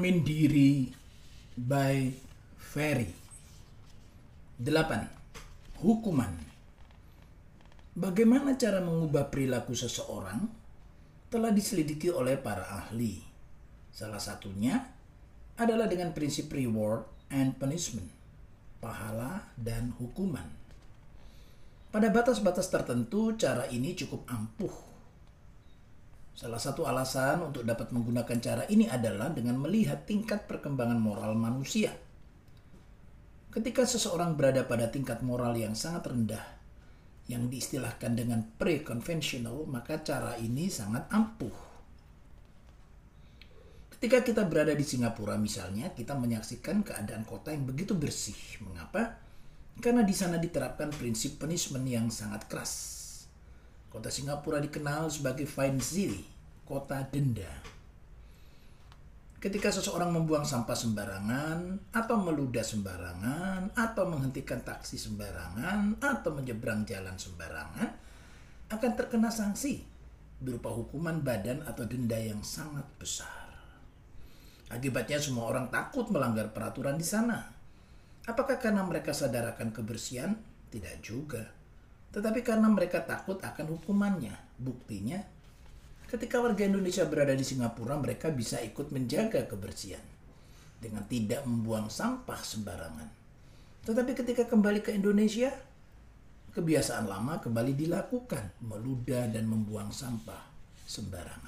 Cermin diri by Ferry. 8. Hukuman. Bagaimana cara mengubah perilaku seseorang telah diselidiki oleh para ahli. Salah satunya adalah dengan prinsip reward and punishment, pahala dan hukuman. Pada batas-batas tertentu, cara ini cukup ampuh. Salah satu alasan untuk dapat menggunakan cara ini adalah dengan melihat tingkat perkembangan moral manusia. Ketika seseorang berada pada tingkat moral yang sangat rendah, yang diistilahkan dengan pre-conventional, maka cara ini sangat ampuh. Ketika kita berada di Singapura misalnya, kita menyaksikan keadaan kota yang begitu bersih. Mengapa? Karena di sana diterapkan prinsip punishment yang sangat keras. Kota Singapura dikenal sebagai Fine City, kota denda. Ketika seseorang membuang sampah sembarangan, atau meludah sembarangan, atau menghentikan taksi sembarangan, atau menyeberang jalan sembarangan, akan terkena sanksi berupa hukuman badan atau denda yang sangat besar. Akibatnya semua orang takut melanggar peraturan di sana. Apakah karena mereka sadar akan kebersihan? Tidak juga. Tetapi karena mereka takut akan hukumannya. Buktinya, ketika warga Indonesia berada di Singapura, mereka bisa ikut menjaga kebersihan dengan tidak membuang sampah sembarangan. Tetapi ketika kembali ke Indonesia, kebiasaan lama kembali dilakukan, meludah dan membuang sampah sembarangan.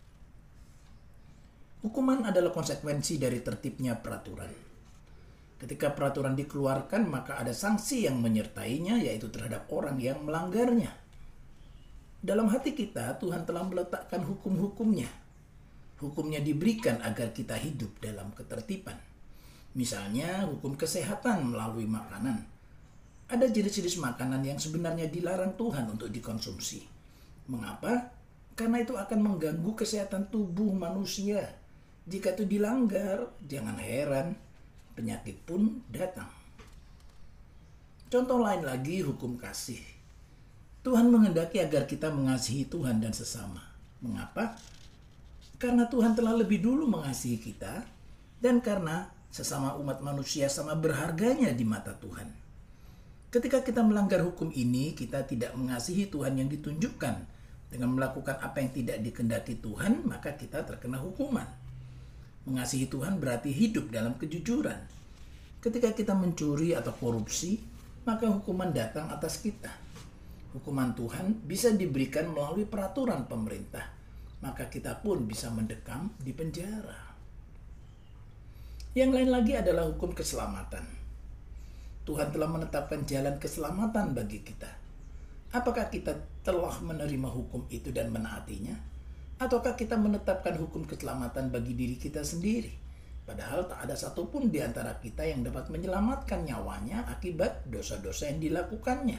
Hukuman adalah konsekuensi dari tertibnya peraturan. Ketika peraturan dikeluarkan, maka ada sanksi yang menyertainya, yaitu terhadap orang yang melanggarnya. Dalam hati kita, Tuhan telah meletakkan hukum-hukumnya. Hukumnya diberikan agar kita hidup dalam ketertiban. Misalnya, hukum kesehatan melalui makanan. Ada jenis-jenis makanan yang sebenarnya dilarang Tuhan untuk dikonsumsi. Mengapa? Karena itu akan mengganggu kesehatan tubuh manusia. Jika itu dilanggar, jangan heran, penyakit pun datang. Contoh lain lagi, hukum kasih. Tuhan menghendaki agar kita mengasihi Tuhan dan sesama. Mengapa? Karena Tuhan telah lebih dulu mengasihi kita, dan karena sesama umat manusia sama berharganya di mata Tuhan. Ketika kita melanggar hukum ini, kita tidak mengasihi Tuhan yang ditunjukkan. Dengan melakukan apa yang tidak dikehendaki Tuhan, maka kita terkena hukuman. Mengasihi Tuhan berarti hidup dalam kejujuran. Ketika kita mencuri atau korupsi, maka hukuman datang atas kita. Hukuman Tuhan bisa diberikan melalui peraturan pemerintah, maka kita pun bisa mendekam di penjara. Yang lain lagi adalah hukum keselamatan. Tuhan telah menetapkan jalan keselamatan bagi kita. Apakah kita telah menerima hukum itu dan menaatinya? Ataukah kita menetapkan hukum keselamatan bagi diri kita sendiri? Padahal tak ada satupun di antara kita yang dapat menyelamatkan nyawanya akibat dosa-dosa yang dilakukannya.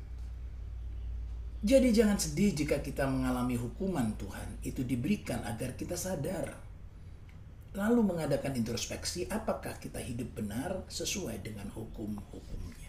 Jadi jangan sedih jika kita mengalami hukuman Tuhan. Itu diberikan agar kita sadar. Lalu mengadakan introspeksi apakah kita hidup benar sesuai dengan hukum-hukumnya.